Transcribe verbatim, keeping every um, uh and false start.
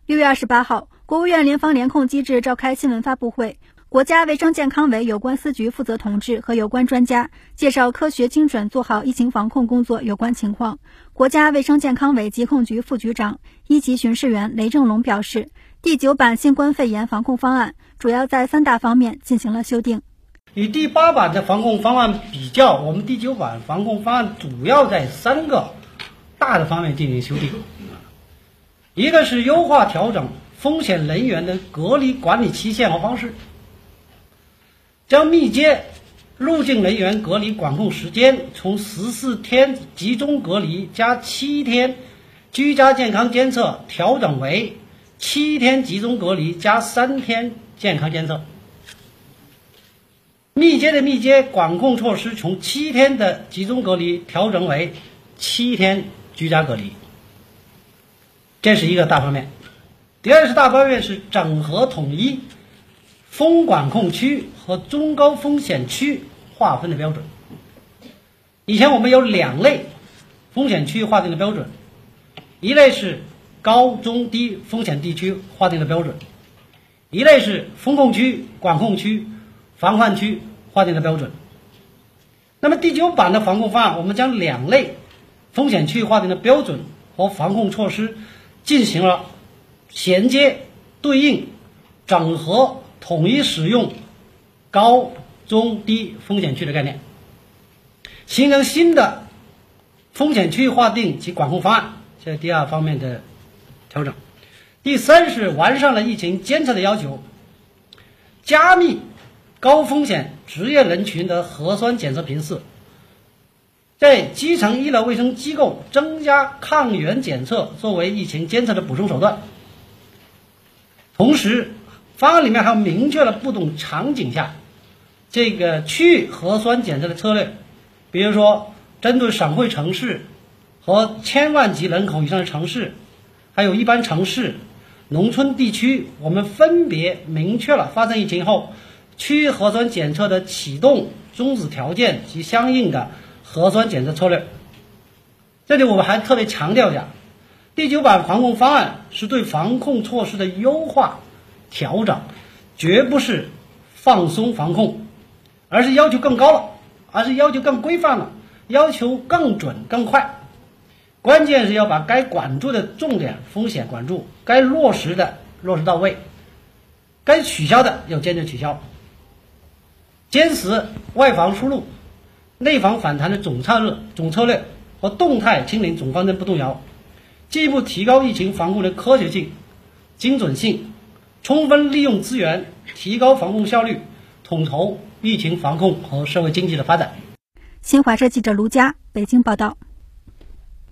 六月二十八号，国务院联防联控机制召开新闻发布会，国家卫生健康委有关司局负责同志和有关专家介绍科学精准做好疫情防控工作有关情况。国家卫生健康委疾控局副局长、一级巡视员雷正龙表示，第九版新冠肺炎防控方案主要在三大方面进行了修订。 与第八版的防控方案比较，我们第九版防控方案主要在三个大的方面进行修订。一个是优化调整风险人员的隔离管理期限和方式，将密接入境人员隔离管控时间从十四天集中隔离加七天居家健康监测调整为七天集中隔离加三天健康监测。密接的密接管控措施从七天的集中隔离调整为七天居家隔离，这是一个大方面。第二是大方面是整合统一风管控区和中高风险区划分的标准。以前我们有两类风险区划定的标准，一类是高中低风险地区划定的标准，一类是风控区、管控区、防范区划定的标准。那么第九版的防控方案，我们将两类风险区划定的标准和防控措施进行了衔接、对应、整合、统一使用高中低风险区的概念，形成新的风险区划定及管控方案，这是第二方面的调整。第三是完善了疫情监测的要求，加密高风险职业人群的核酸检测频次，在基层医疗卫生机构增加抗原检测作为疫情监测的补充手段。同时方案里面还明确了不同场景下这个区域核酸检测的策略，比如说针对省会城市和千万级人口以上的城市，还有一般城市、农村地区，我们分别明确了发生疫情后区域核酸检测的启动、终止条件及相应的核酸检测策略。这里我们还特别强调一下，第九版防控方案是对防控措施的优化调整，绝不是放松防控，而是要求更高了，而是要求更规范了，要求更准更快。关键是要把该管住的重点风险管住，该落实的落实到位，该取消的要坚决取消，坚持外防输入、内防反弹的总策略总策略和动态清零总方针不动摇，进一步提高疫情防控的科学性、精准性，充分利用资源，提高防控效率，统筹疫情防控和社会经济的发展。 新华社记者卢佳北京报道。